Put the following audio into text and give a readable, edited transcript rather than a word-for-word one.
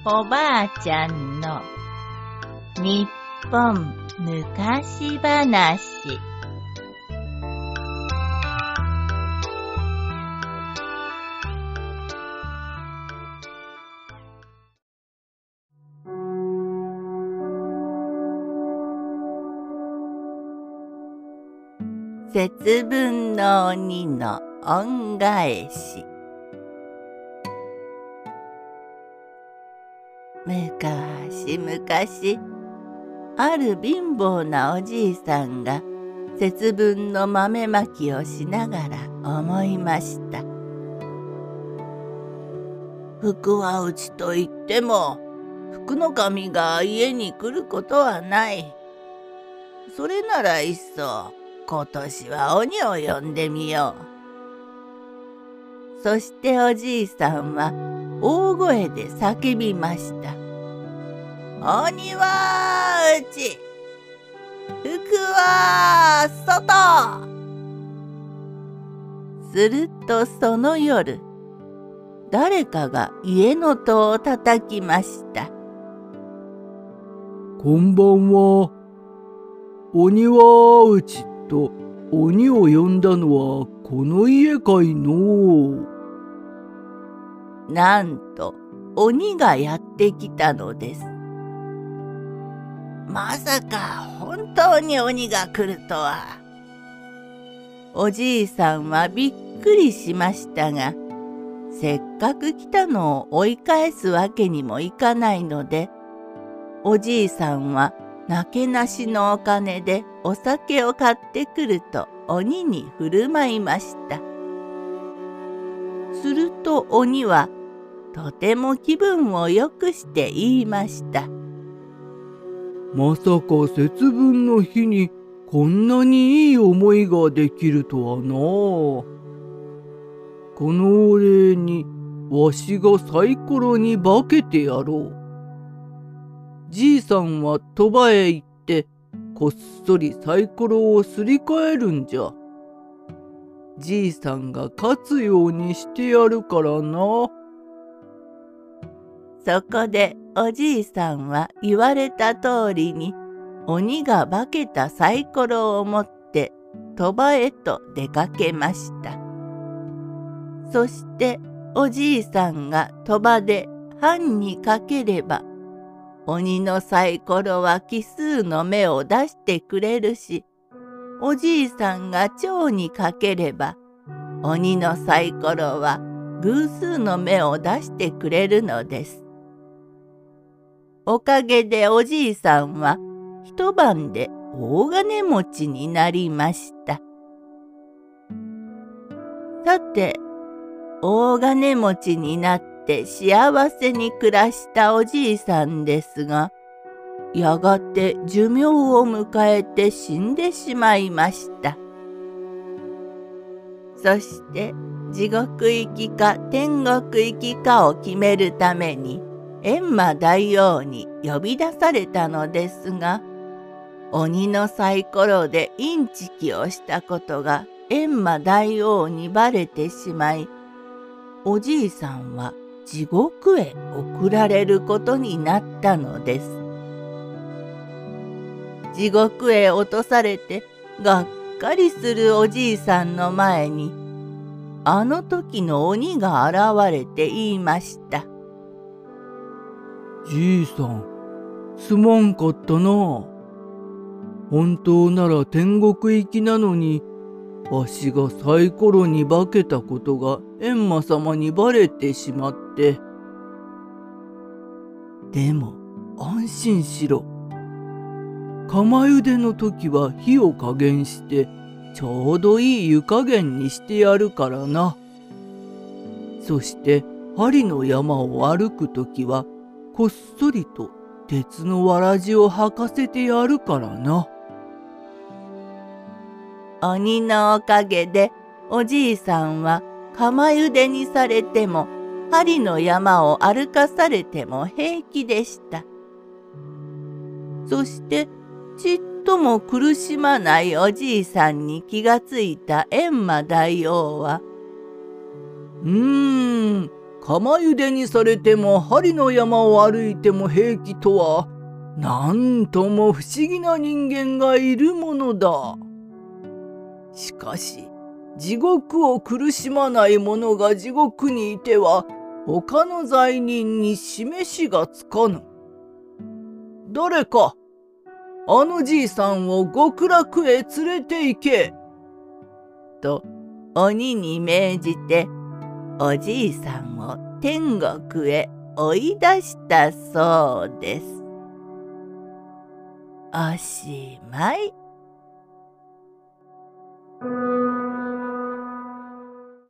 おばあちゃんの日本昔話。節分の鬼の恩返し。昔々、ある貧乏なおじいさんが節分の豆まきをしながら思いました。福は内と言っても、福の神が家に来ることはない。それならいっそ、今年は鬼を呼んでみよう。そしておじいさんは大声で叫びました。鬼は内、福は外。するとその夜、誰かが家の戸を叩きました。 こんばんは。鬼は内と鬼を呼んだのはこの家かいのう。 なんと鬼がやってきたのです。まさか本当に鬼が来るとは。おじいさんはびっくりしましたが、せっかく来たのを追い返すわけにもいかないので、おじいさんはなけなしのお金でお酒を買ってくると鬼に振る舞いました。すると鬼はとても気分をよくして言いました。 まさか節分の日にこんなにいい思いができるとはな。このお礼にわしがサイコロに化けてやろう。じいさんは鳥羽へ行ってこっそりサイコロをすり替えるんじゃ。じいさんが勝つようにしてやるからな。 そこでおじいさんは言われた通りに鬼が化けたサイコロを持って鳥羽へと出かけました。そしておじいさんが鳥羽で半にかければ鬼のサイコロは奇数の目を出してくれるし、おじいさんが丁にかければ鬼のサイコロは偶数の目を出してくれるのです。おかげでおじいさんは一晩で大金持ちになりました。さて、大金持ちになって幸せに暮らしたおじいさんですが、やがて寿命を迎えて死んでしまいました。そして地獄行きか天国行きかを決めるために閻魔大王に呼び出されたのですが、鬼のサイコロでインチキをしたことが閻魔大王にばれてしまい、おじいさんは地獄へ送られることになったのです。地獄へ落とされてがっかりするおじいさんの前に、あの時の鬼が現れて言いました。 じいさん、すまんかったな。本当なら天国行きなのに、わしがサイコロに化けたことが閻魔様にばれてしまって。でも安心しろ。釜茹での時は火を加減してちょうどいい湯加減にしてやるからな。そして針の山を歩く時はこっそりと鉄のわらじを履かせてやるからな。 鬼のおかげでおじいさんは釜茹でにされても針の山を歩かされても平気でした。そしてちっとも苦しまないおじいさんに気がついた閻魔大王は、 釜茹でにされても針の山を歩いても平気とは、なんとも不思議な人間がいるものだ。しかし、地獄を苦しまない者が地獄にいては、他の罪人に示しがつかぬ。誰か、あのじいさんを極楽へ連れて行け。 と鬼に命じて、おじいさんを天国へ追い出したそうです。おしまい。